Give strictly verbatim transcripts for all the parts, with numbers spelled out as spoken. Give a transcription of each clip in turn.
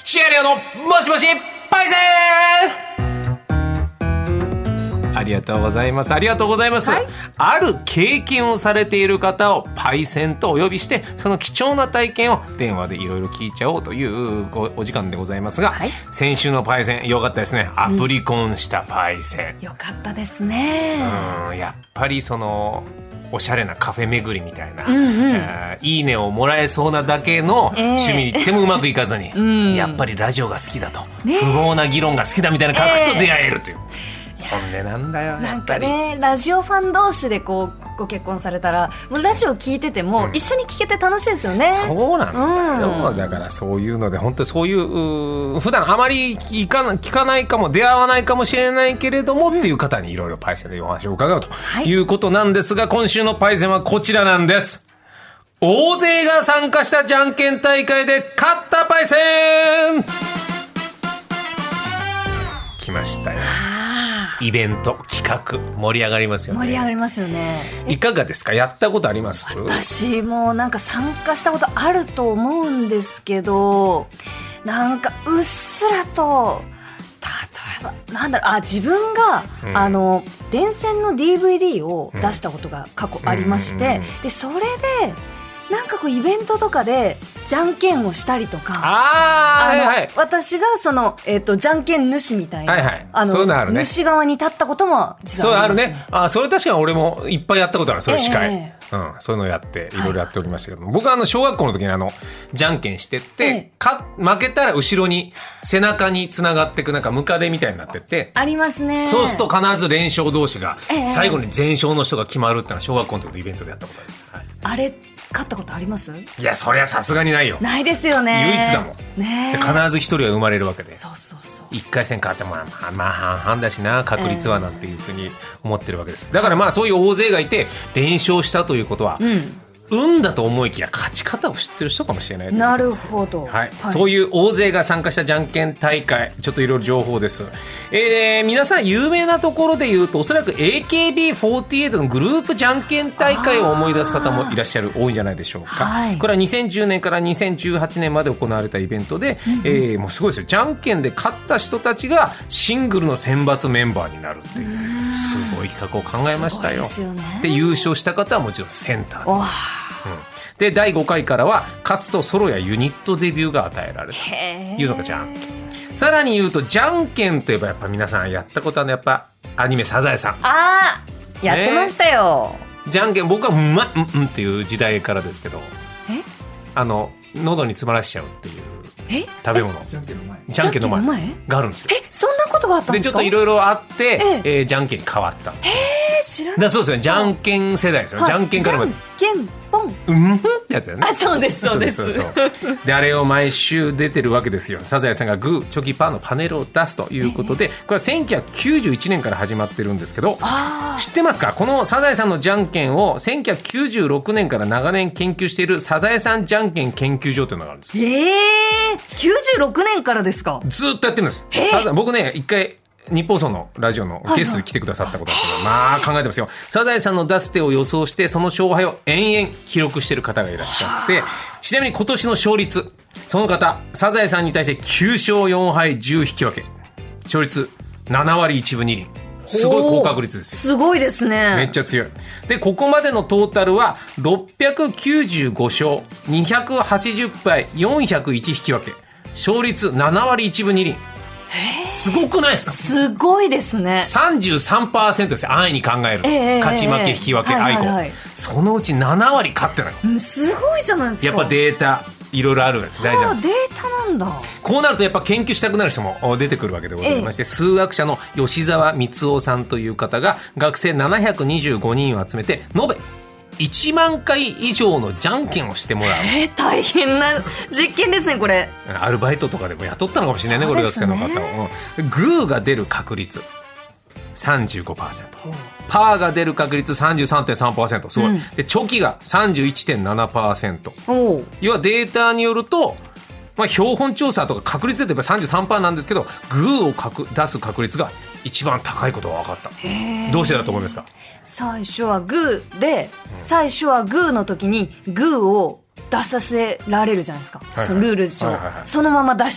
土屋レオのもしもしパイセン。ありがとうございます。ありがとうございます、はい、ある経験をされている方をパイセンとお呼びして、その貴重な体験を電話でいろいろ聞いちゃおうというお時間でございますが、はい、先週のパイセン良かったですね。アプリコンしたパイセン、 うん、よかったですね。 うんやっぱりそのおしゃれなカフェ巡りみたいな、うんうんえー、いいねをもらえそうなだけの趣味に行ってもうまくいかずに、えーうん、やっぱりラジオが好きだと、ね、不毛な議論が好きだみたいな書くと出会えるという、えー、本音なんだよ。 なんかね、ラジオファン同士でこうご結婚されたら、もうラジオ聞いてても一緒に聞けて楽しいですよね、うん、 そうなんだよ、うん、だからそういうので本当にそういう普段あまり聞かな、聞かないかも出会わないかもしれないけれども、うん、っていう方にいろいろパイセンでお話を伺うということなんですが、はい、今週のパイセンはこちらなんです。大勢が参加したじゃんけん大会で勝ったパイセン。来ましたよ。イベント企画盛り上がりますよね。 盛り上がりますよね。 いかがですか？やったことあります？ 私もなんか参加したことあると思うんですけど、なんかうっすらと例えばなんだろう、あ自分が、うん、あの電線の ディーブイディー を出したことが過去ありまして、うんうんうんうん、でそれでなんかこうイベントとかでじゃんけんをしたりとか、 ああの、はいはい、 私がその、えー、とじゃんけん主みたいな、はいはい、あのそういうのあるね、主側に立ったことも実はありますね。 そうあるね。あそれ確かに俺もいっぱいやったことある。それ司会、えーうん、そういうのをやっていろいろやっておりましたけども、はい、僕はあの小学校の時にあのじゃんけんしてって、えー、か負けたら後ろに背中につながっていくなんかムカデみたいになっててありますね。 そうすると必ず連勝同士が、えー、最後に全勝の人が決まるってのは小学校の時のイベントでやったことあります、はい、 あれ勝ったことあります？ いやそりゃさすがにないよ。 ないですよね。 唯一だもん、ね、必ず一人は生まれるわけで、 そうそうそう、 いっかい戦勝ってもまあまあ半々だしな確率はなんていうふうに思ってるわけです。だからまあそういう大勢がいて連勝したということは、うん運だと思いきや勝ち方を知ってる人かもしれない。 なるほど、 はいはい、そういう大勢が参加したじゃんけん大会、ちょっといろいろ情報です、えー、皆さん有名なところで言うとおそらく エーケービーフォーティーエイト のグループじゃんけん大会を思い出す方もいらっしゃる多いんじゃないでしょうか、はい、これはにせんじゅうねんからにせんじゅうはちねんまで行われたイベントで、うんうんえー、もうすごいですよ。じゃんけんで勝った人たちがシングルの選抜メンバーになるっていうすごい企画を考えましたよ。 すごいですよね。 で優勝した方はもちろんセンターで、うんでだいごかいからは勝つとソロやユニットデビューが与えられるというのがじゃんけん。さらに言うとじゃんけんといえばやっぱ皆さんやったことあるのやっぱアニメサザエさん。 あーやってましたよ、 ね、じゃんけん僕はうんまうんうんっていう時代からですけど、 えあの喉に詰まらしちゃうっていうえ食べ物、 じゃんけんの前じゃんけんの前があるんですよ。 えそんなことがあったんですか？ でちょっといろいろあって、えええー、じゃんけんに変わった。 へえ知らない。 だそうですよね。じゃんけん世代ですよ、はい、じゃんけんからまでじゃんけんポンうんってやつだよね。 あそうですそうです。 そうそうそうそうであれを毎週出てるわけですよ。サザエさんがグーチョキパーのパネルを出すということで、これはせんきゅうひゃくきゅうじゅういちねんから始まってるんですけど、知ってますか？このサザエさんのじゃんけんをせんきゅうひゃくきゅうじゅうろくねんから長年研究しているサザエさんじゃんけん研究所というのがあるんです。 えー、きゅうじゅうろくねんからですか？ ずっとやってるんです。サザエ僕ね一回日本放送のラジオのゲストで来てくださったことですけど、はいはい、まあ考えてますよ。サザエさんの出す手を予想してその勝敗を延々記録している方がいらっしゃって、ちなみに今年の勝率、その方サザエさんに対してきゅうしょうよんはいじゅう引き分け、勝率ななわりいちぶにり、すごい高確率ですよ。 すごいですね。 めっちゃ強い。でここまでのトータルはろっぴゃくきゅうじゅうごしょうにひゃくはちじゅっぱいよんひゃくいち引き分け、勝率ななわりいちぶにり、すごくないですか？すごいですね。 さんじゅうさんパーセント ですよ。安易に考えると、えー、勝ち負け引き分け、えー、あいこ、はいはいはい、そのうちななわり勝ってない、 うん、すごいじゃないですか。 やっぱデータいろいろある大事なんです。 データなんだ。 こうなるとやっぱ研究したくなる人も出てくるわけでございまして、えー、数学者の吉沢光夫さんという方が学生ななひゃくにじゅうごにんを集めて延べいちまんかい以上のじゃんけんをしてもらう。 えー、大変な実験ですねこれ。 アルバイトとかでも雇ったのかもしれないね、これ学生の方を、うん、グーが出る確率 さんじゅうごパーセント、 パーが出る確率 さんじゅうさんてんさんパーセント、 すごい、うん、でチョキが さんじゅういってんななパーセント、 要はデータによると、まあ、標本調査とか確率で言えば さんじゅうさんパーセント なんですけど、グーをかく出す確率が一番高いことが分かった。どうしてだと思いますか？ 最初はグーで、うん、最初はグーの時にグーを出させられるじゃないですか、はいはい、そのルール上、はいはいはい、そのまま出しちゃう。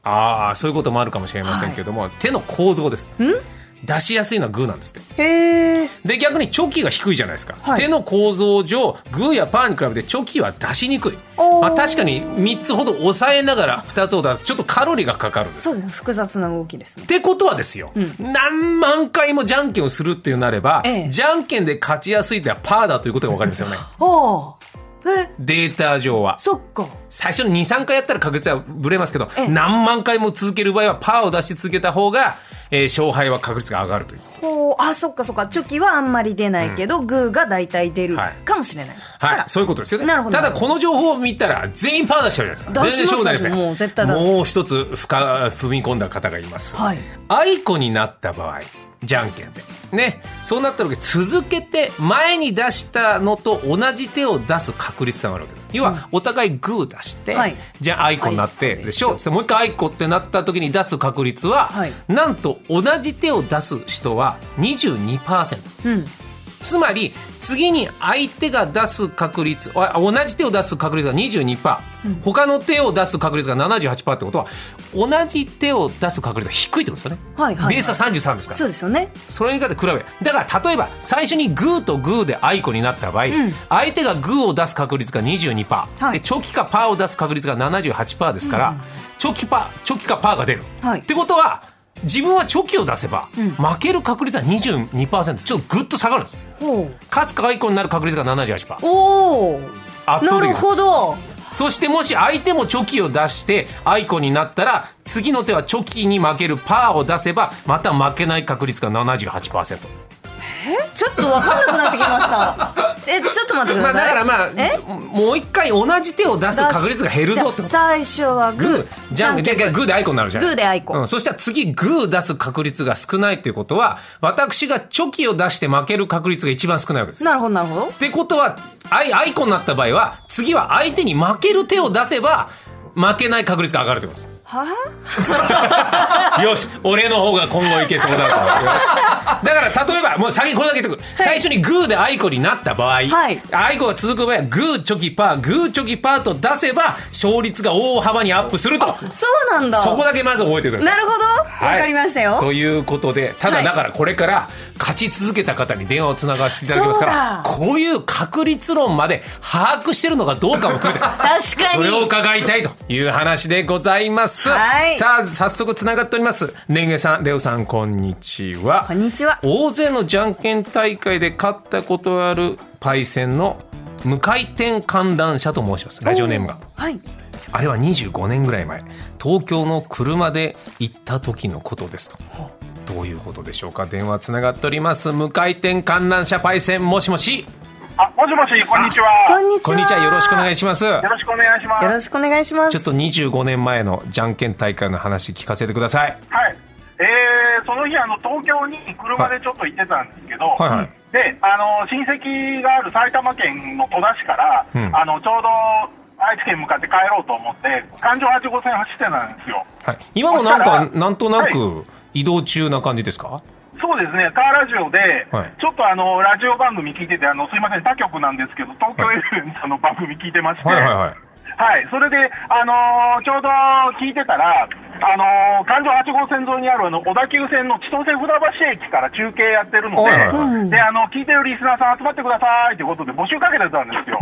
ああ、そういうこともあるかもしれませんけども、はい、手の構造です。ん出しやすいのはグーなんですって。 へー。 で逆にチョキが低いじゃないですか、はい、手の構造上グーやパーに比べてチョキは出しにくい、まあ、確かにみっつほど押さえながらふたつを出すちょっとカロリーがかかるんです。 そうですね、複雑な動きですね。 ってことはですよ、うん、何万回もじゃんけんをするっていうなれば、ええ、じゃんけんで勝ちやすいってのはパーだということが分かりますよね。 おえデータ上はそっか、 最初に にさんかいやったら確率はぶれますけど、何万回も続ける場合はパーを出し続けた方が、えー、勝敗は確率が上がるという。 ほう、あ、そっかそっか、チョキはあんまり出ないけど、うん、グーが大体出るかもしれない、 はい、はい、そういうことですよね。 なるほど。 ただこの情報を見たら全員パー出しちゃうじゃないですか。全然勝負ないですね。 もう絶対出す。 もう一つ深踏み込んだ方がいます、はい、あいこになった場合じゃんけんでね、そうなった時続けて前に出したのと同じ手を出す確率があるわけです。要はお互いグー出して、うん、じゃああいこになってでしょ、もう一回あいこってなった時に出す確率は、はい、なんと同じ手を出す人は にじゅうにパーセント、うん、つまり次に相手が出す確率、同じ手を出す確率が にじゅうにパーセント、うん、他の手を出す確率が ななじゅうはちパーセント ってことは同じ手を出す確率が低いってことですよね、はいはいはい、ベースはさんじゅうさんですから。 そうですよね。 それに比べてだから例えば最初にグーとグーであいこになった場合、うん、相手がグーを出す確率が にじゅうにパーセント、はい、でチョキかパーを出す確率が ななじゅうはちパーセント ですから、うん、チョキパーチョキかパーが出る、はい、ってことは自分はチョキを出せば、うん、負ける確率は にじゅうにパーセント、 ちょっとグッと下がるんです。ほう、勝つかあいこになる確率が ななじゅうはちパーセント。 おー、圧倒的です。なるほど。そしてもし相手もチョキを出してあいこになったら次の手はチョキに負けるパーを出せばまた負けない確率が ななじゅうはちパーセント。 えちょっと分かんなくなってきましたえちょっと待ってください、まあ、だからまあえもう一回同じ手を出す確率が減るぞってこと。 最初はグーじゃんけんグーであいこになるじゃん。 グーであいこ、 うん、そしたら次グー出す確率が少ないっていうことは私がチョキを出して負ける確率が一番少ないわけです。 なるほどなるほど。 ってことはあい、あいこになった場合は次は相手に負ける手を出せば負けない確率が上がるってことです。はあ、よし俺の方が今後いけそうだと。よしだから例えばもう先にこれだけ言っておく、はい、最初にグーであいこになった場合、はい、あいこが続く場合はグーチョキパーグーチョキパーと出せば勝率が大幅にアップすると。 そうなんだ。 そこだけまず覚えてください。 なるほど、はい、分かりましたよ。 ということでただだからこれから勝ち続けた方に電話をつながせていただきますから、こういう確率論まで把握してるのかどうかも含めて確かにそれを伺いたいという話でございます。はい、さあ早速つながっております。レンゲさんレオさんこんにちは。 こんにちは。 大勢のじゃんけん大会で勝ったことあるパイセンの無回転観覧車と申します。ラジオネームが、はい、あれはにじゅうごねんぐらい前東京の車で行った時のことですと。どういうことでしょうか。電話つながっております。無回転観覧車パイセン、もしもし。 あ、もしもし、こんにちは。 こんにちは。 こんにちは、よろしくお願いします。よろしくお願いします。 よろしくお願いします。 ちょっとにじゅうごねんまえのじゃんけん大会の話聞かせてください。 はい。えー、その日あの東京に車でちょっと行ってたんですけど、はいはいはい、で、あの親戚がある埼玉県の戸田市から、うん、あのちょうど愛知県に向かって帰ろうと思って環状はち号線走ってたんですよ。 はい、今もなんかなんとなく移動中な感じですか。はい、 そうですね、カーラジオで、はい、ちょっとあのラジオ番組聞いてて、あのすいません他局なんですけど東京 エフエム さんの番組聞いてまして、はいはいはいはい、それで、あのー、ちょうど聞いてたら、あのー、環状はち号線沿いにあるあの小田急線の千歳船橋駅から中継やってるので、はいはいはい、であの聞いてるリスナーさん集まってくださいということで募集かけてたんですよ。うん、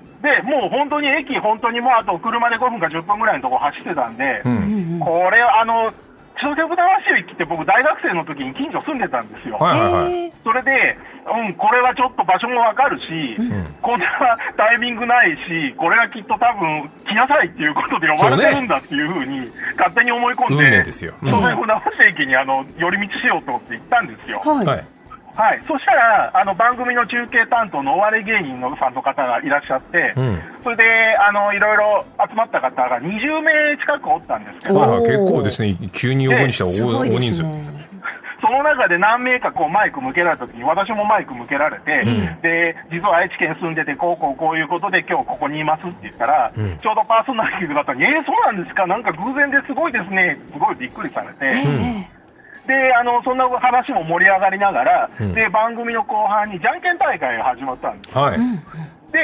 でもう本当に駅本当にもうあと車でごふんかじゅっぷんぐらいのところ走ってたんで、うん、これあの千歳船橋駅って僕大学生の時に近所住んでたんですよ。はいはいはい、それで、うん、これはちょっと場所もわかるし、うん、こんなタイミングないし、これはきっと多分来なさいっていうことで呼ばれてるんだっていうふうに勝手に思い込んで、千歳船橋駅にあの寄り道しようと思って行ったんですよ。はいはい、そしたらあの番組の中継担当のお笑い芸人のさんの方がいらっしゃって、うん、それであのいろいろ集まった方がにじゅうめい近くおったんですけど、 あ結構ですね、急に呼ぶにしたら 大, 大人数。 その中で何名かこうマイク向けられた時に私もマイク向けられて、うん、で実は愛知県住んでてこうこうこういうことで今日ここにいますって言ったら、うん、ちょうどパーソナリティの方にえー、そうなんですか、なんか偶然ですごいですね、すごいびっくりされて、うんであのそんな話も盛り上がりながら、うん、で番組の後半にじゃんけん大会が始まったんです、はい、で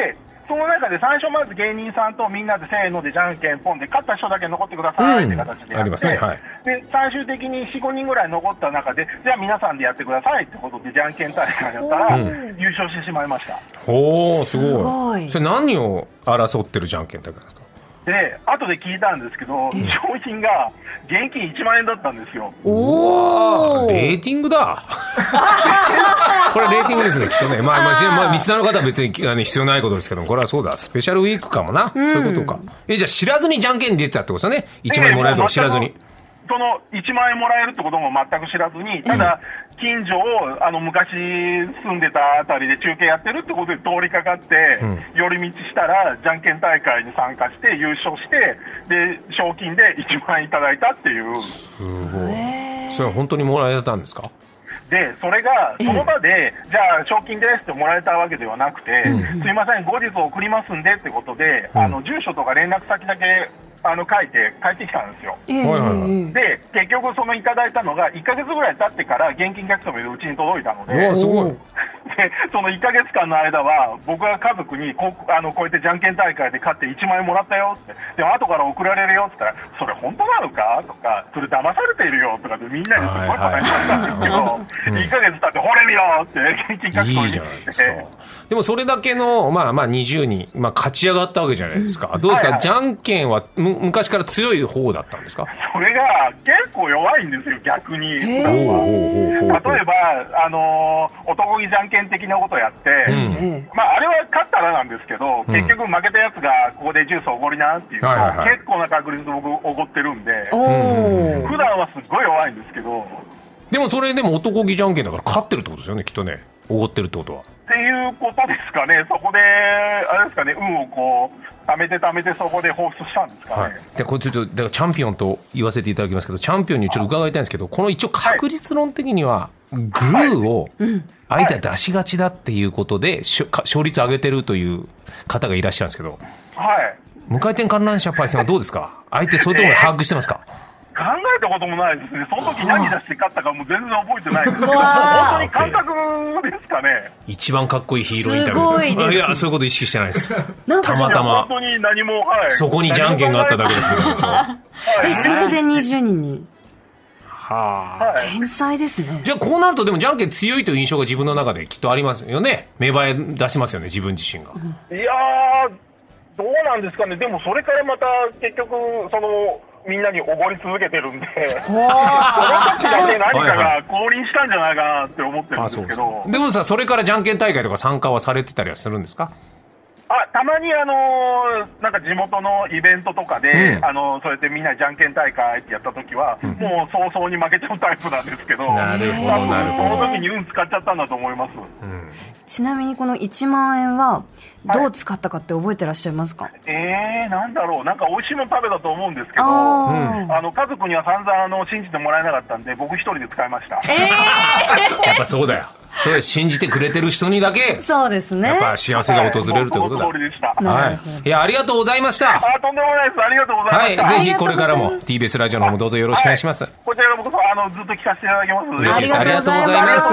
その中で最初まず芸人さんとみんなでせーのでじゃんけんポンで勝った人だけ残ってくださいって形でやって、うん、ありますね、はい、で最終的に よん、ごにんぐらい残った中でじゃあ皆さんでやってくださいってことでじゃんけん大会やったら、うん、優勝してしまいました。 おーすごい。すごい。それ何を争ってるじゃんけん大会ですか？ で後で聞いたんですけど、えー、商品が現金いちまんえんだったんですよ。 おーレーティングだこれはレーティングですねきっとね。まあまあ、まあ、リスナーの方は別に必要ないことですけども、これはそうだスペシャルウィークかもな、うん、そういうことか。えじゃあ知らずにじゃんけんに出てたってことですよね。いちまんえんもらえるとか知らずに、 えー、そのいちまんえんもらえるってことも全く知らずに、ただ近所をあの昔住んでたあたりで中継やってるってことで通りかかって、うん、寄り道したらじゃんけん大会に参加して優勝してで賞金でいちまんえんいただいたっていう。 すごい。それは本当にもらえたんですか？ でそれがその場でじゃあ賞金ですってもらえたわけではなくて、うん、すいません後日送りますんでってことで、うん、あの住所とか連絡先だけあの書いて帰ってきたんですよ、えー、で結局そのいただいたのがいっかげつぐらい経ってから現金逆止めでうちに届いたので、 すごいでそのいっかげつかんの間は僕は家族にこあのこうやってじゃんけん大会で勝っていちまんえんもらったよって、でも後から送られるよって言ったらそれ本当なのかとかそれ騙されているよとかでみんなですごい話したんですけど、いっかげつ経ってほれるよって現金逆止めいいじゃないですか。でもそれだけの、まあ、まあにじゅうにん、まあ、勝ち上がったわけじゃないですか、うん、どうですか、はいはい、じゃんけんはむ昔から強い方だったんですか？ それが結構弱いんですよ逆に。例えばあのー、男気じゃんけん的なことをやって、うんまあ、あれは勝ったらなんですけど、うん、結局負けたやつがここでジュースおごりなっていうと、はいはいはい、結構な確率で僕おごってるんで、うん、普段はすっごい弱いんですけど、 でもそれでも男気じゃんけんだから勝ってるってことですよねきっとね。おごってるってことはっていうことですかね。そこであれですかね、運をこう貯めて貯めてそこで放出したんですかね、はい、 でこれちょっとだからチャンピオンと言わせていただきますけど、チャンピオンにちょっと伺いたいんですけど、この一応確実論的にはグーを相手は出しがちだっていうことで勝率上げてるという方がいらっしゃるんですけど、 はい、 無回転観覧車パイセンはどうですか？相手そういうところで把握してますか？ 考えたこともないですね。その時何出して勝ったかもう全然覚えてないですけど、本当に感覚ですかね。 一番かっこいいヒーローインタビュー。すごいです。いやそういうこと意識してないです。たまたま本当に何も、はい、 そこにじゃんけんがあっただけですけど。 えそれでにじゅうにんに。 はあ、 天才ですね。 じゃあこうなるとでもじゃんけん強いという印象が自分の中できっとありますよね。芽生え出しますよね自分自身が。 うん、いやーどうなんですかね。でもそれからまた結局そのみんなにおごり続けてるんで俺たちだけ何かが降臨したんじゃないかなって思ってるんですけど、はいはい、 でもさそれからじゃんけん大会とか参加はされてたりはするんですか？ あたまにあのー、なんか地元のイベントとかで、うん、あのー、そうやってみんなじゃんけん大会ってやった時は、うん、もう早々に負けちゃうタイプなんですけど、 なるほどなるほど、 その時に運使っちゃったんだと思います、うん、 ちなみにこのいちまんえんはどう使ったかって覚えてらっしゃいますか？はい、 えー、なんだろう、なんか美味しいもの食べたと思うんですけど、ああの家族には散々あの信じてもらえなかったんで僕一人で使いました。 えー、やっぱそうだよ。それ信じてくれてる人にだけそうですね。 やっぱ幸せが訪れるということだ。 はい、その通りでした。 はい。いやありがとうございました。 あとんでもないです。ありがとうございました。 はい。ぜひこれからも ティービーエス ラジオの方もどうぞよろしくお願いします。はい、 こちらこそあのずっと聞かせていただきます。 嬉しいです。ありがとうございます。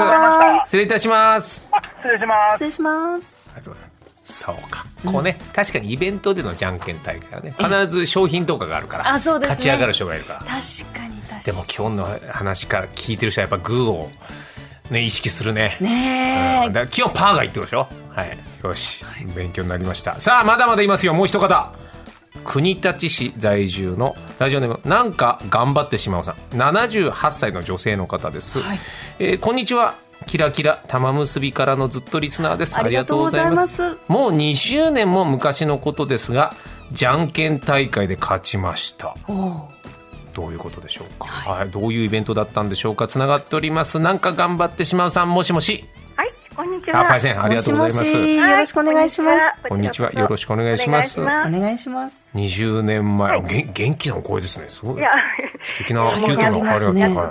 失礼いたします。 あ失礼します。 失礼します。 ありがとうございます。そうか、こうね、うん、確かにイベントでのじゃんけん大会はね必ず商品とかがあるからあそうです、ね、 勝ち上がる人がいるから。 確かに確かに。 でも今日の話から聞いてる人はやっぱグーを、ね、意識するね。 ねえ、うん、 だ基本パーがいいってことでしょ。はい、よし、はい、勉強になりました。さあまだまだいますよ。もう一方、国立市在住のラジオネームなんか頑張ってしまうさん、ななじゅうはっさいの女性の方です、はい。えー、こんにちは。キラキラ玉結びからのずっとリスナーです。ありがとうございます。もうにじゅうねんも昔のことですがじゃんけん大会で勝ちました。どういうことでしょうか、はい、どういうイベントだったんでしょうか。つながっております。なんか頑張ってしまうさん、もしもし。 はい、こんにちは。 あ、パイセン、ありがとうございます。もしもし、 よろしくお願いします。 こんにちは、よろしくお願いします。 お願いします。 にじゅうねんまえ、はい、げ元気なお声ですね。すごい。いや素敵なキュートな、 ね、 はい、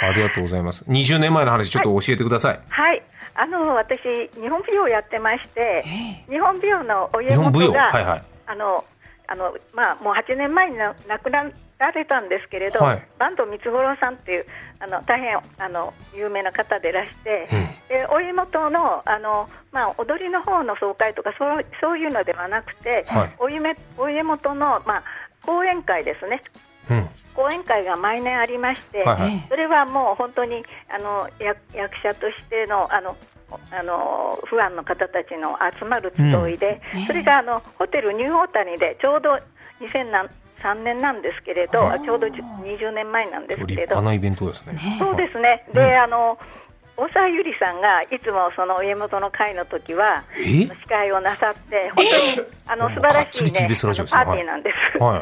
ありがとうございます。にじゅうねんまえの話ちょっと教えてください。 はい、はい、あの私日本舞踊やってまして、日本舞踊のお家元が、はいはい、あのあのまあもうはちねんまえに亡くなっられたんですけれど、はい、坂東光五郎さんっていうあの大変あの有名な方でいらして、うん、でお家元の、あの、まあ、踊りの方の総会とかそう、そういうのではなくて、はい、お, 家お家元の、まあ、講演会ですね、うん、講演会が毎年ありまして、はいはい、それはもう本当にあの 役, 役者としてのあのあのファンの方たちの集まる集いで、うん、それがあのホテルニューオータニでちょうどにせんさんねんなんですけれど、ちょうどにじゅうねんまえなんですけれど、 立派なイベントですね。 そうですね。で、うん、あの大沢ゆりさんがいつもその家元の会の時は司会をなさって、本当にあの素晴らしい、ね、パーティーなんです、はい、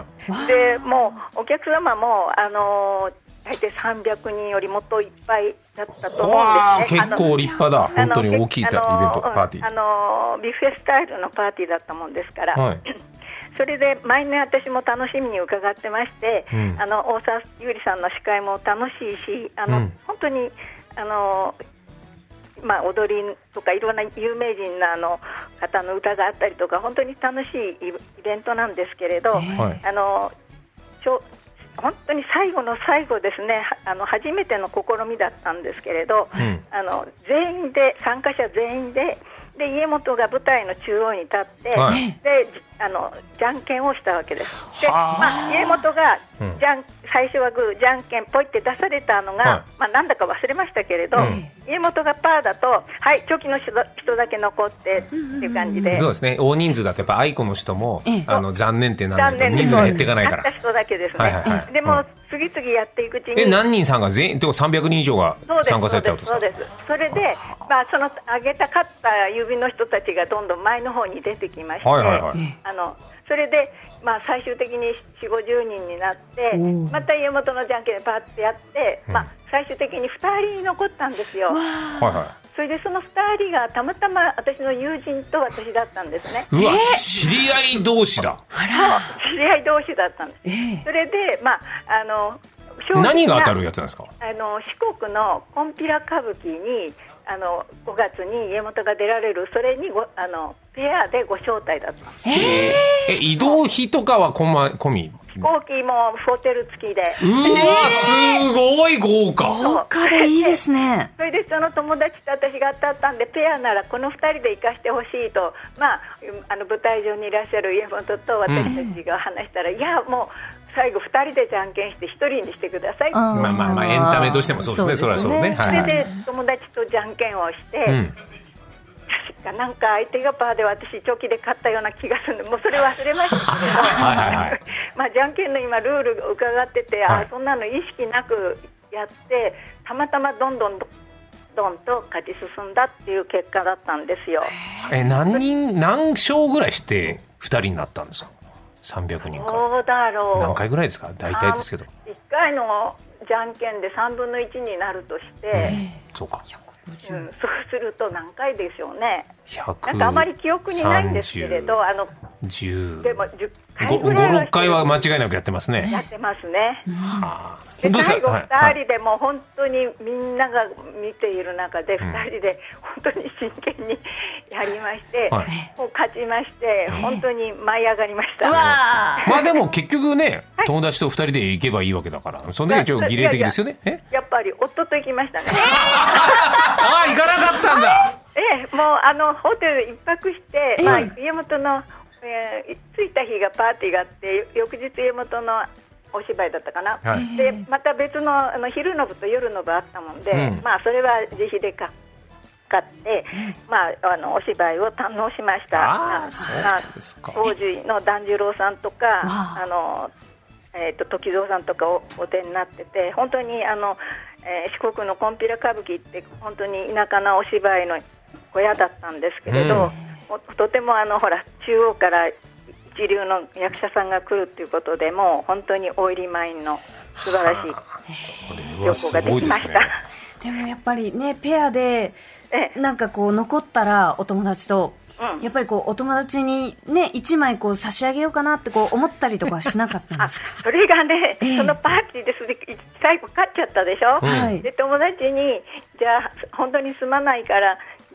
でもうお客様もあの大体さんびゃくにんよりもっといっぱいだったと思うんですね。 結構立派だ。本当に大きいイベントパーティー、 あのビュッフェスタイルのパーティーだったもんですから、はい、それで毎年私も楽しみに伺ってまして、うん、あの大沢ゆりさんの司会も楽しいし、あの、うん、本当にあの、まあ、踊りとかいろんな有名人のあの方の歌があったりとか本当に楽しいイベントなんですけれど、はい、あのちょ本当に最後の最後ですね、あの初めての試みだったんですけれど、うん、あの全員で参加者全員でで家元が舞台の中央に立って、はい、であのじゃんけんをしたわけです。で、まあ、家元がじゃん、うん、最初はグーじゃんけんポイって出されたのが、はい、まあ、なんだか忘れましたけれど、うん、家元がパーだとはいチョキの人だけ残ってっていう感じで、 そうですね、大人数だとやっぱアイコの人も、ええ、あの残念ってなんないと人数が減っていかないから、 勝った人だけですね、はいはいはい、でも、うん、次々やっていくうちにえ何人さんが全員さんびゃくにん以上が参加されちゃうと、 そうです、そうです。それで、まあ、その上げた勝った指の人たちがどんどん前の方に出てきまして、はいはいはい、あのそれで、まあ、最終的によんじゅうごじゅうにんになってまた家元のじゃんけんでパッてやって、うん、まあ、最終的にふたり残ったんですよ。はいはい、それでそのふたりがたまたま私の友人と私だったんですね。 うわ、えー、知り合い同士だ。 あら、知り合い同士だったんです、えー、それで、まあ、あの何が当たるやつなんですか。 あの四国のこんぴら歌舞伎にあのごがつに家元が出られる、それにごあのペアでご招待だったんです。 えー、え移動費とかは込み、 飛行機もホテル付きで。うわ、 すごい豪華。 豪華でいいですね。 それでその友達と私が当たったんで、ペアならこのふたりで行かしてほしいと、まあ、あの舞台上にいらっしゃる家元と私たちが話したら、うん、いやもう最後ふたりでじゃんけんしてひとりにしてくださいって。 まあまあまあエンタメとしてもそうですね。それはそうね。 それで友達とじゃんけんをして、うん、確かなんか相手がパーで私チョキで勝ったような気がするんで、もうそれ忘れましたけどはいはい、はい、まあじゃんけんの今ルールを伺ってて、はい、あそんなの意識なくやってたまたまどんどんどんと勝ち進んだっていう結果だったんですよ。 え何人何勝ぐらいしてふたりになったんですか。さんびゃくにんか。 どうだろう。 何回ぐらいですか。大体ですけど。 いっかいのじゃんけんでさんぶんのいちになるとして、うん、 そうか、 うん、そうすると何回でしょうね。なんかあまり記憶にないんですけれど、あのじゅうでもじゅっかいぐらいはご、ろっかいは間違いなくやってますね。 やってますね、うん、 はあ、 で最後ふたりでもう本当にみんなが見ている中でふたりで本当に真剣にやりまして、はい、もう勝ちまして本当に舞い上がりました、 えー、 まあでも結局ね、はい、友達とふたりで行けばいいわけだから、その時はちょっと儀礼的ですよね。 いやいや、やっぱり夫と行きましたね。 ああ、行かなかったんだ。 ええ、もうあのホテル一泊して、まあ、家元の、えー、着いた日がパーティーがあって、翌日家元のお芝居だったかな、はい、でまた別 の, あの昼の部と夜の部あったもんで、うん、まあ、それは自費でか買って、まあ、あのお芝居を堪能しました。 あ、そうですか。 当時の團十郎さんとかあの、えー、と時蔵さんとか お, お出になってて、本当にあの、えー、四国のこんぴら歌舞伎って本当に田舎なお芝居の小屋だったんですけれど、うん、とてもあのほら中央から一流の役者さんが来るということで、もう本当にオイリーマインの素晴らしい旅行ができました。 でもやっぱりね、ペアでなんかこう残ったらお友達と、うん、やっぱりこうお友達にねいちまいこう差し上げようかなってこう思ったりとかしなかったんですか。 それがね、えー、そのパーティーです最後勝っちゃったでしょ、うん、で友達にじゃあ本当にすまないから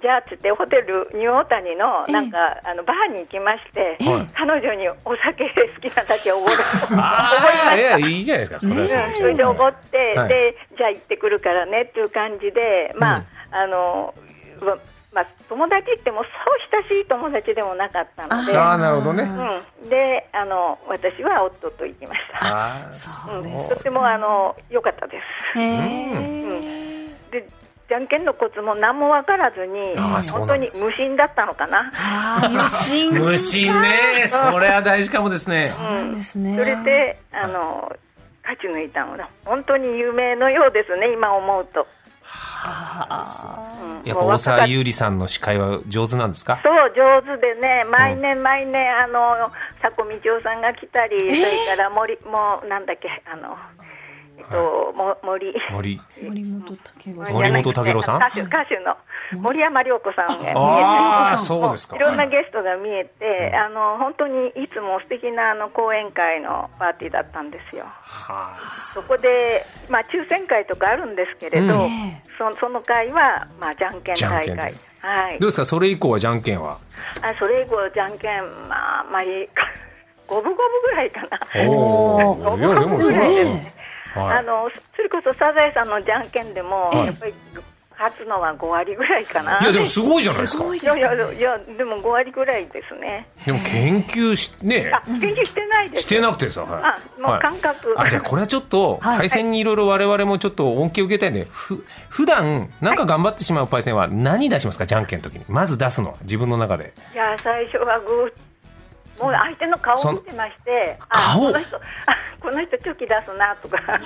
じゃあつってホテルニューオータニのなんかあのバーに行きまして、彼女にお酒好きなだけおごるあいやいいじゃないですかそれはそれ、 うん、それでおごって、はい、でじゃあ行ってくるからねっていう感じでまあ、うん、あのまあ、友達ってもそう親しい友達でもなかったので、 ああなるほどね、 うん、であの私は夫と行きました。 あそうです、 うん、とてもあの良かったです。へー、うん、でじゃんけんのコツも何も分からずに本当に無心だったのかな。 あ無心無心ね、それは大事かもですね。 そうなんですね。 それであの勝ち抜いたのだ。本当に有名のようですね今思うと。 はあ、うん、やっぱ大沢優里さんの司会は上手なんですか？ そう上手でね毎年毎年あの佐古道夫さんが来たり、えー、それから森もうなんだっけあのえっと、はい、森森森本武郎さん森本武郎さん歌手、歌手の森山良子さんが見えてあそうですか。 いろんなゲストが見えて、うん、あの本当にいつも素敵なあの講演会のパーティーだったんですよ。はあ、そこで、まあ、抽選会とかあるんですけれど、うん、そ, その会は、まあ、じゃんけん大会、はい、 どうですかそれ以降はじゃんけんはあそれ以降じゃんけん、まあ、あまり五分五分ぐらいかな。 お五分五分ぐらいですね。はい、あのそれこそサザエさんのじゃんけんでも、はい、やっぱり勝つのはごわりぐらいかな。 いやでもすごいじゃないですか。 いやいやいやでもごわりぐらいですね。 でも研究しねあ研究してないです。 してなくてさ、はい、 あもう感覚、 はい、あじゃあこれはちょっとパイセンにいろいろ我々もちょっと恩恵を受けたいんで、ふ普段なんか頑張ってしまうパイセンは何出しますか？じゃんけんの時にまず出すのは自分の中で。 いや最初はグーもう相手の顔を見てまして顔あこの人あこの人チョキ出すなとかやっ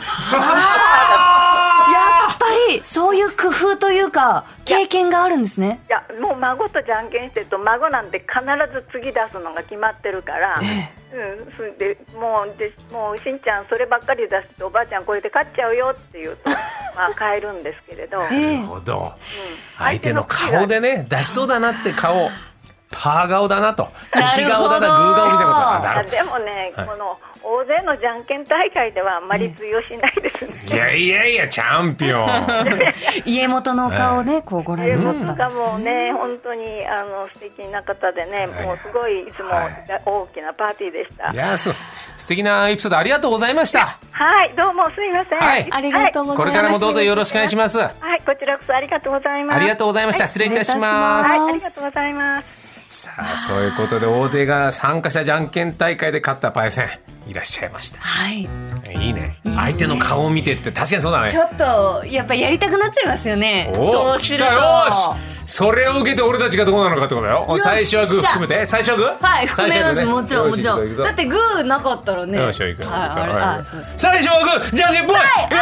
ぱりそういう工夫というか経験があるんですね。 いやもう孫とじゃんけんしてると孫なんて必ず次出すのが決まってるから、えーうん、それでもうでもうしんちゃんそればっかり出すとおばあちゃんこれで勝っちゃうよって言うとまあ変えるんですけれどなるほど、うん、相手の顔でね出しそうだなって顔パー顔だなとチョキ顔だなグー顔みたいなことあでもね、はい、この大勢のじゃんけん大会ではあんまり通用しないですね。 いやいやいやチャンピオン家元の顔をね、はい、こうご覧になったんです、ね、 家元がもうね本当にあの素敵な方でね、はい、もうすごいいつも大きなパーティーでした、はい、 いやそう素敵なエピソードありがとうございました。 はいどうもすみません、 はい、ありがとうございます、 これからもどうぞよろしくお願いします。 はいこちらこそありがとうございます。 ありがとうございました、はい、失礼いたします。 はいありがとうございます。 さあそういうことで大勢が参加したじゃんけん大会で勝ったパイセンいらっしゃいました。 はいいいね、いい相手の顔を見てって確かにそうだね。 ちょっとやっぱやりたくなっちゃいますよね。 おそうすると来たよしそれを受けて俺たちがどうなのかってことだよ。最初はグー含めて最初はグーはい含めます、ね、もちろんもちろんだってグーなかったらねよし行くよ、はいはいはい、 最初はグーじゃんけんぽい、はい、や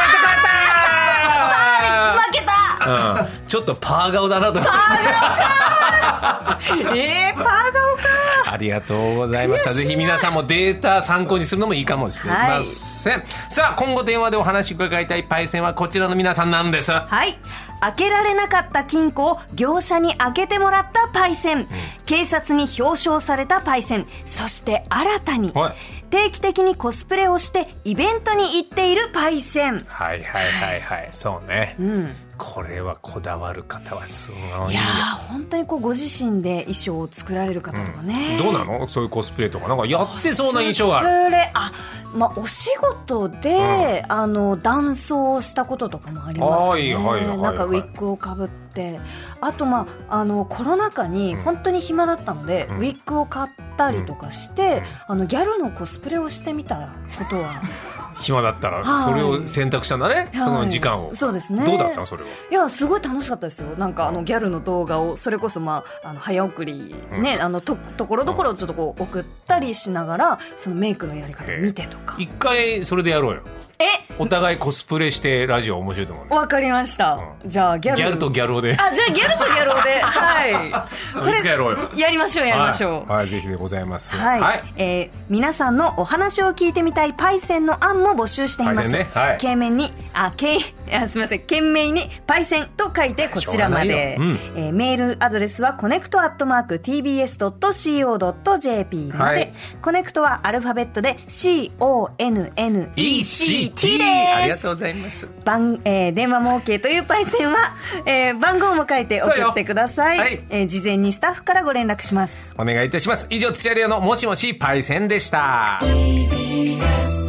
った負けた、 うん、ちょっとパー顔だなとパー顔かえー、パー顔かありがとうございました。ぜひ皆さんもデータ参考にするのもいいかもしれません、はい、さあ今後電話でお話伺いたいパイセンはこちらの皆さんなんです。 はい開けられなかった金庫を業者に開けてもらったパイセン、うん、警察に表彰されたパイセン、そして新たに、はい、定期的にコスプレをしてイベントに行っているパイセン。 はいはいはいはいそうね、 うん、 これはこだわる方はすごいね。 いや本当にこうご自身で衣装を作られる方とかね、 うん、どうなのそういうコスプレとかなんかやってそうな印象がある。 コスプレあ、まあ、お仕事で、うん、あのダンスをしたこととかもありますね。はいはいはいはい、なんかウィッグをかぶってあと、まあ、あのコロナ禍に本当に暇だったので、うん、ウィッグを買ったりとかして、うん、あのギャルのコスプレをしてみたことは暇だったらそれを選択したんだね、はい、その時間を。 そうですね。 どうだったのそれは。 いやすごい楽しかったですよ。なんかあのギャルの動画をそれこそ、まあ、あの早送り、ね、うん、あの と, ところどころちょっとこう送ったりしながらそのメイクのやり方を見てとか。 一回それでやろうよ。 えお互いコスプレしてラジオ面白いと思うね。 わかりました、うん、じゃあギャルギャルとギャル男であじゃあギャルとギャル男ではいこれやろうよ。 やりましょうやりましょう。 はい、はい、ぜひでございます。 はい、はい、えー、皆さんのお話を聞いてみたいパイセンの案も募集しています。 ね、はい、 懸命にあけあすみません懸命にパイセンと書いてこちらまで、うん、えー、メールアドレスはコネクトアットマーク ティービーエスドットシーオードットジェーピー まで、はい、コネクトはアルファベットで シーオーエヌエヌイーシーい T です。 ありがとうございます。 番、えー、電話も OK というパイセンは、えー、番号も書いて送ってください。はい、えー、事前にスタッフからご連絡します。 お願いいたします。以上、土屋レオのもしもしパイセンでした。ティービーエス